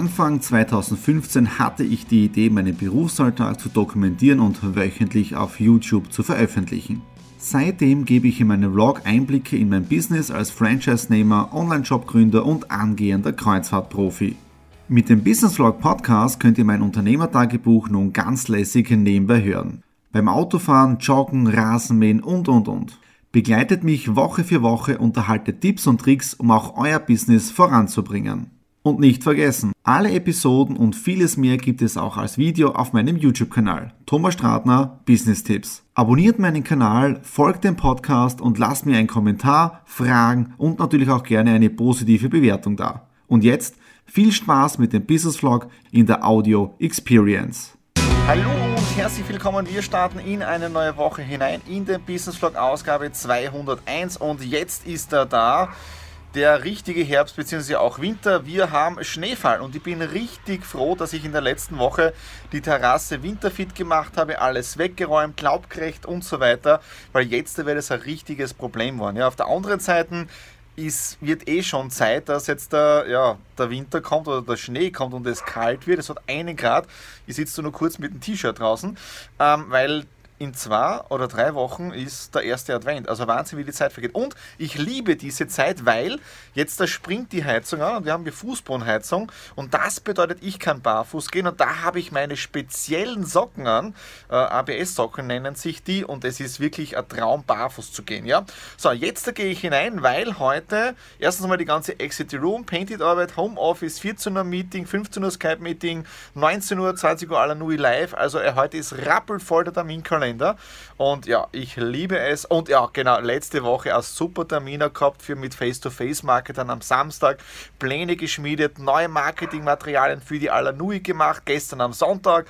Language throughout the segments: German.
Anfang 2015 hatte ich die Idee, meinen Berufsalltag zu dokumentieren und wöchentlich auf YouTube zu veröffentlichen. Seitdem gebe ich in meinem Vlog Einblicke in mein Business als Franchise-Nehmer, Online-Shop-Gründer und angehender Kreuzfahrtprofi. Mit dem Business Vlog Podcast könnt ihr mein Unternehmertagebuch nun ganz lässig nebenbei hören. Beim Autofahren, Joggen, Rasenmähen und. Begleitet mich Woche für Woche und erhaltet Tipps und Tricks, um auch euer Business voranzubringen. Und nicht vergessen, alle Episoden und vieles mehr gibt es auch als Video auf meinem YouTube-Kanal. Thomas Stratner, Business Tipps. Abonniert meinen Kanal, folgt dem Podcast und lasst mir einen Kommentar, Fragen und natürlich auch gerne eine positive Bewertung da. Und jetzt viel Spaß mit dem Business Vlog in der Audio Experience. Hallo und herzlich willkommen, wir starten in eine neue Woche hinein in den Business Vlog Ausgabe 201 und jetzt ist er da. Der richtige Herbst bzw. auch Winter. Wir haben Schneefall und ich bin richtig froh, dass ich in der letzten Woche die Terrasse winterfit gemacht habe, alles weggeräumt, laubgerecht und so weiter, weil jetzt wäre das ein richtiges Problem geworden. Ja, auf der anderen Seite wird schon Zeit, dass jetzt der Winter kommt oder der Schnee kommt und es kalt wird. Es hat 1 Grad. Ich sitze nur kurz mit dem T-Shirt draußen, weil in 2 oder 3 Wochen ist der erste Advent. Also Wahnsinn, wie die Zeit vergeht. Und ich liebe diese Zeit, weil jetzt da springt die Heizung an und wir haben die Fußbodenheizung. Und das bedeutet, ich kann barfuß gehen. Und da habe ich meine speziellen Socken an. ABS-Socken nennen sich die. Und es ist wirklich ein Traum, barfuß zu gehen. Ja? So, jetzt da gehe ich hinein, weil heute erstens einmal die ganze Exit the Room, Painted-Arbeit, Homeoffice, 14 Uhr Meeting, 15 Uhr Skype-Meeting, 19 Uhr, 20 Uhr Alanui live. Also heute ist rappelvoll der Terminkalender. Und ja, ich liebe es. Und ja, genau, letzte Woche ein super Termin gehabt mit Face-to-Face-Marketern am Samstag. Pläne geschmiedet, neue Marketingmaterialien für die Alanui gemacht, gestern am Sonntag.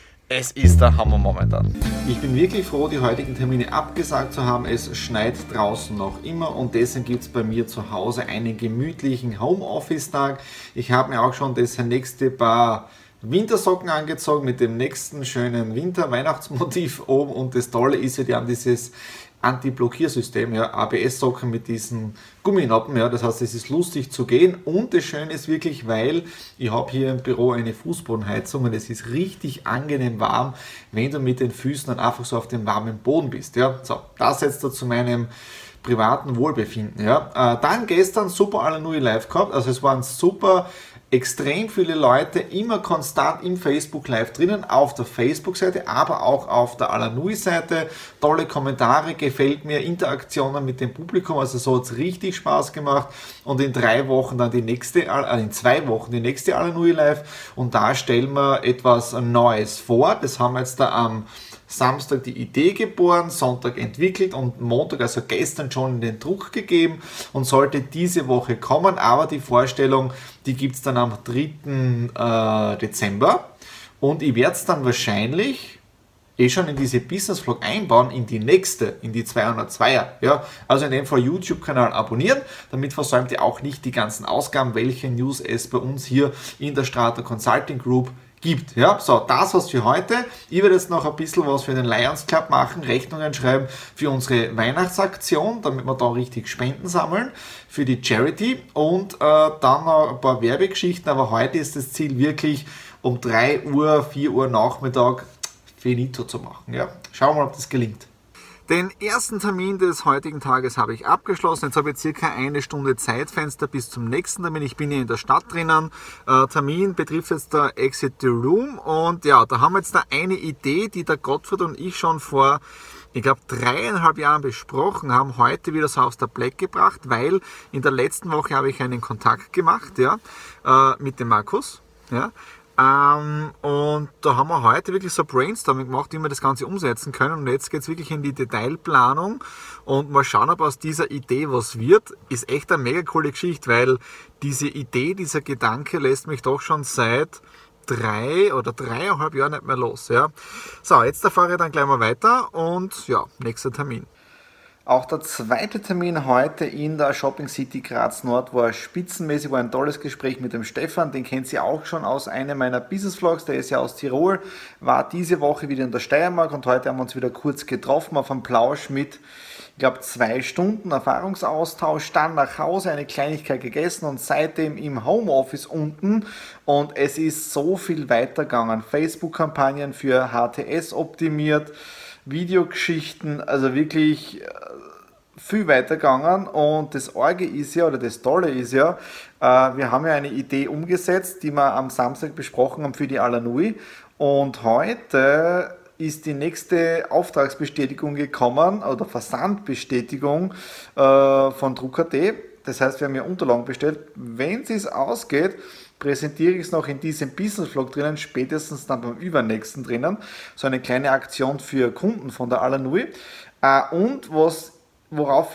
Es ist der Hammer momentan. Ich bin wirklich froh, die heutigen Termine abgesagt zu haben. Es schneit draußen noch immer und deswegen gibt es bei mir zu Hause einen gemütlichen Homeoffice-Tag. Ich habe mir auch schon das nächste Paar Wintersocken angezogen mit dem nächsten schönen Winter-Weihnachtsmotiv oben und das Tolle ist ja, die haben dieses Anti-Blockiersystem, ja, ABS-Socken mit diesen Gumminoppen, ja, das heißt, es ist lustig zu gehen und das Schöne ist wirklich, weil ich habe hier im Büro eine Fußbodenheizung und es ist richtig angenehm warm, wenn du mit den Füßen dann einfach so auf dem warmen Boden bist, ja, so, das jetzt da zu meinem privaten Wohlbefinden, ja. Dann gestern super Alanui live gehabt, also es waren super extrem viele Leute, immer konstant im Facebook Live drinnen, auf der Facebook-Seite, aber auch auf der Alanui-Seite. Tolle Kommentare, gefällt mir, Interaktionen mit dem Publikum, also so hat es richtig Spaß gemacht. Und in 2 Wochen die nächste Alanui Live und da stellen wir etwas Neues vor. Das haben wir jetzt da am Samstag die Idee geboren, Sonntag entwickelt und Montag, also gestern schon in den Druck gegeben und sollte diese Woche kommen, aber die Vorstellung, die gibt es dann am 3. Dezember und ich werde es dann wahrscheinlich schon in diese Business Vlog einbauen, in die 202er. Ja? Also in dem Fall YouTube-Kanal abonnieren, damit versäumt ihr auch nicht die ganzen Ausgaben, welche News es bei uns hier in der Strata Consulting Group gibt. Ja, so, das war's für heute. Ich werde jetzt noch ein bisschen was für den Lions Club machen, Rechnungen schreiben für unsere Weihnachtsaktion, damit wir da richtig Spenden sammeln für die Charity und dann noch ein paar Werbegeschichten, aber heute ist das Ziel wirklich um 3 Uhr, 4 Uhr Nachmittag finito zu machen. Ja, schauen wir mal, ob das gelingt. Den ersten Termin des heutigen Tages habe ich abgeschlossen. Jetzt habe ich circa 1 Stunde Zeitfenster bis zum nächsten Termin. Ich bin hier in der Stadt drinnen. Termin betrifft jetzt der Exit the Room. Und ja, da haben wir jetzt da eine Idee, die der Gottfried und ich schon vor, ich glaube, 3,5 Jahren besprochen haben, heute wieder so aus der Black gebracht, weil in der letzten Woche habe ich einen Kontakt gemacht, ja, mit dem Markus, ja. Und da haben wir heute wirklich so Brainstorming gemacht, wie wir das Ganze umsetzen können. Und jetzt geht es wirklich in die Detailplanung und mal schauen, ob aus dieser Idee was wird. Ist echt eine mega coole Geschichte, weil diese Idee, dieser Gedanke lässt mich doch schon seit 3 oder 3,5 Jahren nicht mehr los. Ja. So, jetzt fahre ich dann gleich mal weiter und ja, nächster Termin. Auch der zweite Termin heute in der Shopping City Graz Nord war spitzenmäßig, war ein tolles Gespräch mit dem Stefan, den kennt ihr auch schon aus einem meiner Business Vlogs, der ist ja aus Tirol, war diese Woche wieder in der Steiermark und heute haben wir uns wieder kurz getroffen auf einem Plausch mit glaube 2 Stunden Erfahrungsaustausch, dann nach Hause eine Kleinigkeit gegessen und seitdem im Homeoffice unten und es ist so viel weitergegangen. Facebook-Kampagnen für HTS optimiert, Videogeschichten, also wirklich viel weitergegangen und das Orge ist ja, oder das Tolle ist ja, wir haben ja eine Idee umgesetzt, die wir am Samstag besprochen haben für die Alanui und heute ist die nächste Auftragsbestätigung gekommen oder Versandbestätigung von Druck.at. Das heißt, wir haben ja Unterlagen bestellt. Wenn es ausgeht, präsentiere ich es noch in diesem Business Vlog drinnen, spätestens dann beim übernächsten drinnen. So eine kleine Aktion für Kunden von der Alanui. Und worauf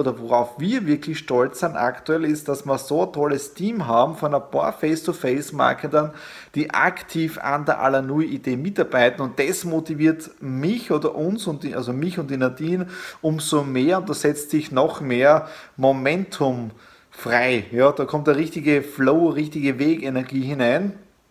wir wirklich stolz sind aktuell ist, dass wir so ein tolles Team haben von ein paar Face-to-Face-Marketern, die aktiv an der Alanui-Idee mitarbeiten und das motiviert mich oder uns, also mich und die Nadine, umso mehr und da setzt sich noch mehr Momentum frei. Ja, da kommt der richtige Flow, richtige Wegenergie hinein.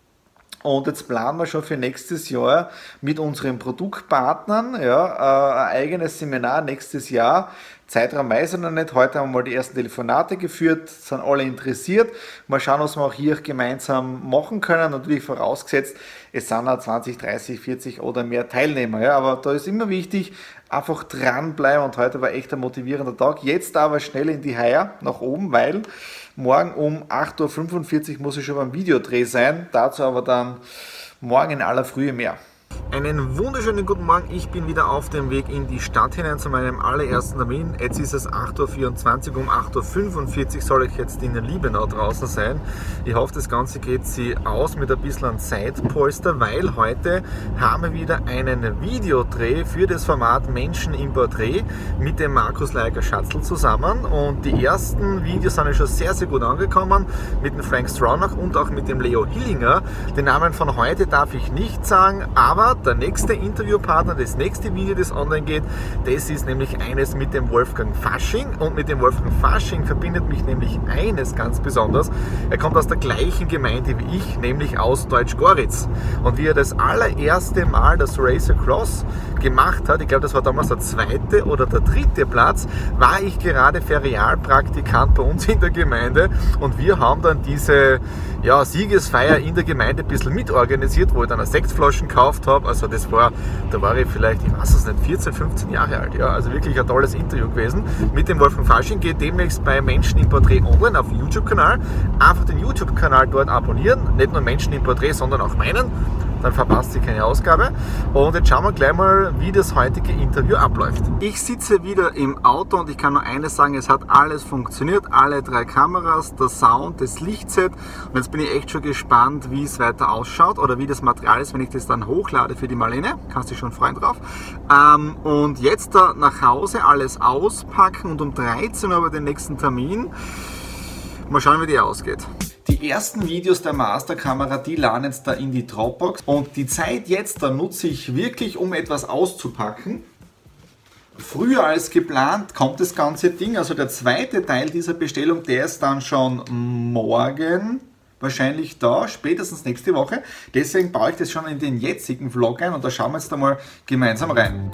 Und jetzt planen wir schon für nächstes Jahr mit unseren Produktpartnern ein eigenes Seminar nächstes Jahr. Zeitraum weiß ich noch nicht. Heute haben wir mal die ersten Telefonate geführt, sind alle interessiert. Mal schauen, was wir auch hier gemeinsam machen können. Natürlich vorausgesetzt, es sind auch 20, 30, 40 oder mehr Teilnehmer. Ja. Aber da ist immer wichtig, einfach dranbleiben. Und heute war echt ein motivierender Tag. Jetzt aber schnell in die Haie nach oben, weil morgen um 8:45 Uhr muss ich schon beim Videodreh sein. Dazu aber dann morgen in aller Frühe mehr. Einen wunderschönen guten Morgen, ich bin wieder auf dem Weg in die Stadt hinein zu meinem allerersten Termin. Jetzt ist es 8:24 Uhr, um 8:45 Uhr soll ich jetzt in Liebenau draußen sein. Ich hoffe, das Ganze geht sich aus mit ein bisschen Zeitpolster, weil heute haben wir wieder einen Videodreh für das Format Menschen im Porträt mit dem Markus Leiger-Schatzl zusammen. Und die ersten Videos sind ja schon sehr, sehr gut angekommen mit dem Frank Stronach und auch mit dem Leo Hillinger. Den Namen von heute darf ich nicht sagen, aber der nächste Interviewpartner, das nächste Video, das online geht, das ist nämlich eines mit dem Wolfgang Fasching und mit dem Wolfgang Fasching verbindet mich nämlich eines ganz besonders. Er kommt aus der gleichen Gemeinde wie ich, nämlich aus Deutsch-Goritz und wie er das allererste Mal das Race Across gemacht hat, ich glaube das war damals der 2. oder der 3. Platz, war ich gerade Ferialpraktikant bei uns in der Gemeinde und wir haben dann diese Siegesfeier in der Gemeinde ein bisschen mitorganisiert, wo ich dann eine Sektflaschen gekauft habe. Also da war ich vielleicht, ich weiß es nicht, 14, 15 Jahre alt. Ja, also wirklich ein tolles Interview gewesen. Mit dem Wolfgang Fasching geht demnächst bei Menschen im Porträt online auf YouTube-Kanal. Einfach den YouTube-Kanal dort abonnieren. Nicht nur Menschen im Porträt, sondern auch meinen. Dann verpasst ihr keine Ausgabe. Und jetzt schauen wir gleich mal, wie das heutige Interview abläuft. Ich sitze wieder im Auto und ich kann nur eines sagen, es hat alles funktioniert. Alle 3 Kameras, der Sound, das Lichtset. Und jetzt bin ich echt schon gespannt, wie es weiter ausschaut oder wie das Material ist, wenn ich das dann hochlade für die Marlene. Kannst dich schon freuen drauf. Und jetzt da nach Hause alles auspacken und um 13 Uhr den nächsten Termin. Mal schauen, wie die ausgeht. Die ersten Videos der Masterkamera, die laden jetzt da in die Dropbox und die Zeit jetzt, da nutze ich wirklich, um etwas auszupacken. Früher als geplant kommt das ganze Ding, also der zweite Teil dieser Bestellung, der ist dann schon morgen wahrscheinlich da, spätestens nächste Woche. Deswegen baue ich das schon in den jetzigen Vlog ein und da schauen wir jetzt einmal gemeinsam rein.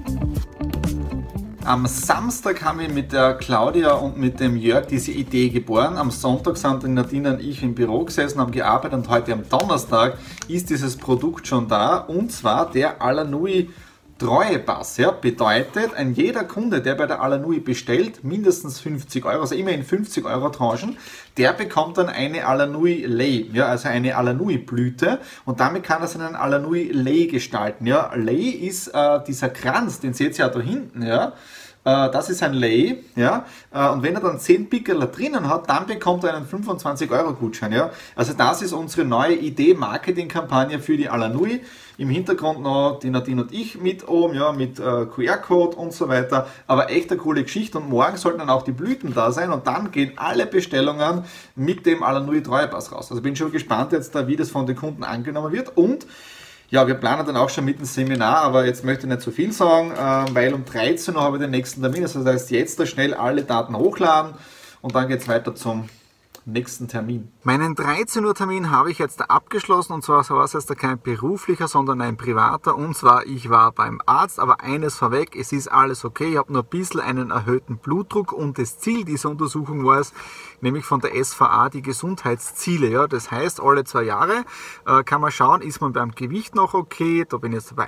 Am Samstag haben wir mit der Claudia und mit dem Jörg diese Idee geboren. Am Sonntag sind die Nadine und ich im Büro gesessen, haben gearbeitet und heute am Donnerstag ist dieses Produkt schon da und zwar der Alanui Treuepass. Ja, bedeutet, jeder Kunde, der bei der Alanui bestellt, mindestens 50 Euro, also immer in 50 Euro Tranchen, der bekommt dann eine Alanui Lei, ja, also eine Alanui Blüte und damit kann er seinen Alanui Lei gestalten. Ja. Lei ist dieser Kranz, den seht ihr ja da hinten, ja. Das ist ein Lei, ja, und wenn er dann 10 Pickerler drinnen hat, dann bekommt er einen 25 Euro Gutschein, ja. Also das ist unsere neue Idee, Marketingkampagne für die Alanui. Im Hintergrund noch die Nadine und ich mit oben, ja, mit QR-Code und so weiter. Aber echt eine coole Geschichte und morgen sollten dann auch die Blüten da sein und dann gehen alle Bestellungen mit dem Alanui Treuepass raus. Also bin schon gespannt jetzt, wie das von den Kunden angenommen wird und ja, wir planen dann auch schon mit dem Seminar, aber jetzt möchte ich nicht zu viel sagen, weil um 13 Uhr habe ich den nächsten Termin. Das heißt, jetzt da schnell alle Daten hochladen und dann geht es weiter zum nächsten Termin. Meinen 13 Uhr Termin habe ich jetzt abgeschlossen und zwar war es jetzt kein beruflicher, sondern ein privater. Und zwar, ich war beim Arzt, aber eines vorweg, es ist alles okay. Ich habe nur ein bisschen einen erhöhten Blutdruck und das Ziel dieser Untersuchung war es, nämlich von der SVA die Gesundheitsziele. Ja, das heißt, alle 2 Jahre kann man schauen, ist man beim Gewicht noch okay. Da bin ich jetzt bei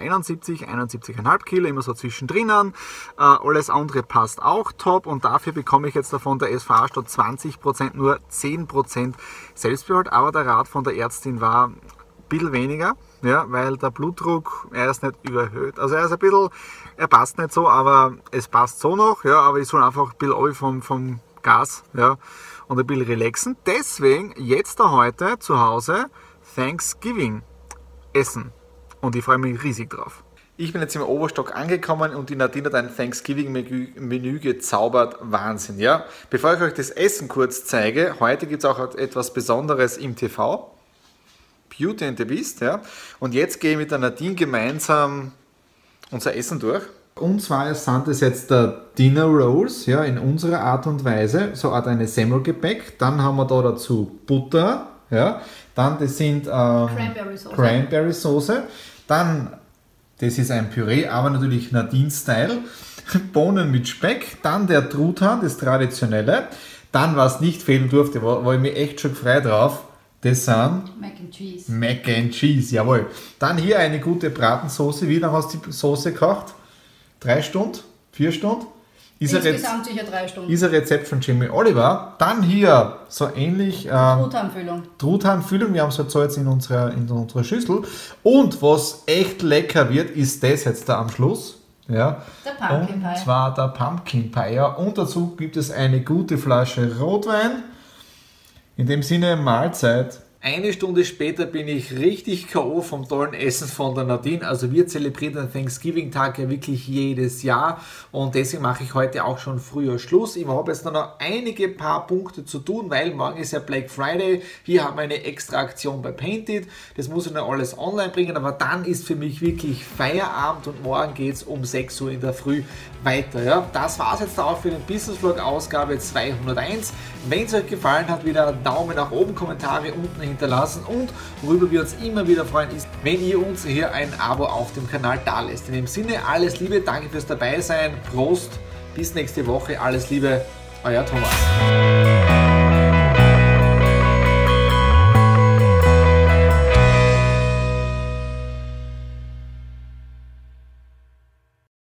71,5 Kilo, immer so zwischendrin. Alles andere passt auch top und dafür bekomme ich jetzt davon der SVA statt 20% nur 10% Selbstbehalt, aber der Rat von der Ärztin war ein bisschen weniger, ja, weil der Blutdruck, er ist nicht überhöht, also er ist ein bisschen, er passt nicht so, aber es passt so noch, ja, aber ich soll einfach ein bisschen vom Gas, ja, und ein bisschen relaxen. Deswegen jetzt da heute zu Hause Thanksgiving essen und ich freue mich riesig drauf. Ich bin jetzt im Oberstock angekommen und die Nadine hat ein Thanksgiving-Menü gezaubert. Wahnsinn, ja? Bevor ich euch das Essen kurz zeige, heute gibt es auch etwas Besonderes im TV. Beauty and the Beast, ja? Und jetzt gehe ich mit der Nadine gemeinsam unser Essen durch. Und zwar sind das jetzt der Dinner Rolls, ja, in unserer Art und Weise, so eine Semmelgebäck. Dann haben wir da dazu Butter, ja? Dann das sind Cranberry Soße. Dann das ist ein Püree, aber natürlich Nadine-Style. Bohnen mit Speck, dann der Truthahn, das traditionelle. Dann, was nicht fehlen durfte, war ich mir echt schon gefreut drauf, das sind Mac and Cheese. Mac and Cheese, jawohl. Dann hier eine gute Bratensoße. Wie lange hast du die Soße gekocht? 3 Stunden? 4 Stunden? Insgesamt sicher 3 Stunden. Ist ein Rezept von Jamie Oliver. Dann hier so ähnlich Truthahnfüllung. Wir haben es halt so jetzt in unserer Schüssel. Und was echt lecker wird, ist das jetzt da am Schluss. Ja. Der Pumpkin Pie. Und zwar der Pumpkin Pie. Ja. Und dazu gibt es eine gute Flasche Rotwein. In dem Sinne Mahlzeit. Eine Stunde später bin ich richtig K.O. vom tollen Essen von der Nadine. Also wir zelebrieren den Thanksgiving-Tag ja wirklich jedes Jahr und deswegen mache ich heute auch schon früher Schluss. Ich habe jetzt noch einige paar Punkte zu tun, weil morgen ist ja Black Friday. Hier haben wir eine extra Aktion bei Painted. Das muss ich noch alles online bringen, aber dann ist für mich wirklich Feierabend und morgen geht es um 6 Uhr in der Früh weiter. Ja. Das war es jetzt auch für den Business Vlog Ausgabe 201. Wenn es euch gefallen hat, wieder einen Daumen nach oben, Kommentare unten hinterlassen und worüber wir uns immer wieder freuen ist, wenn ihr uns hier ein Abo auf dem Kanal da lässt. In dem Sinne, alles Liebe, danke fürs Dabeisein, Prost, bis nächste Woche, alles Liebe, euer Thomas.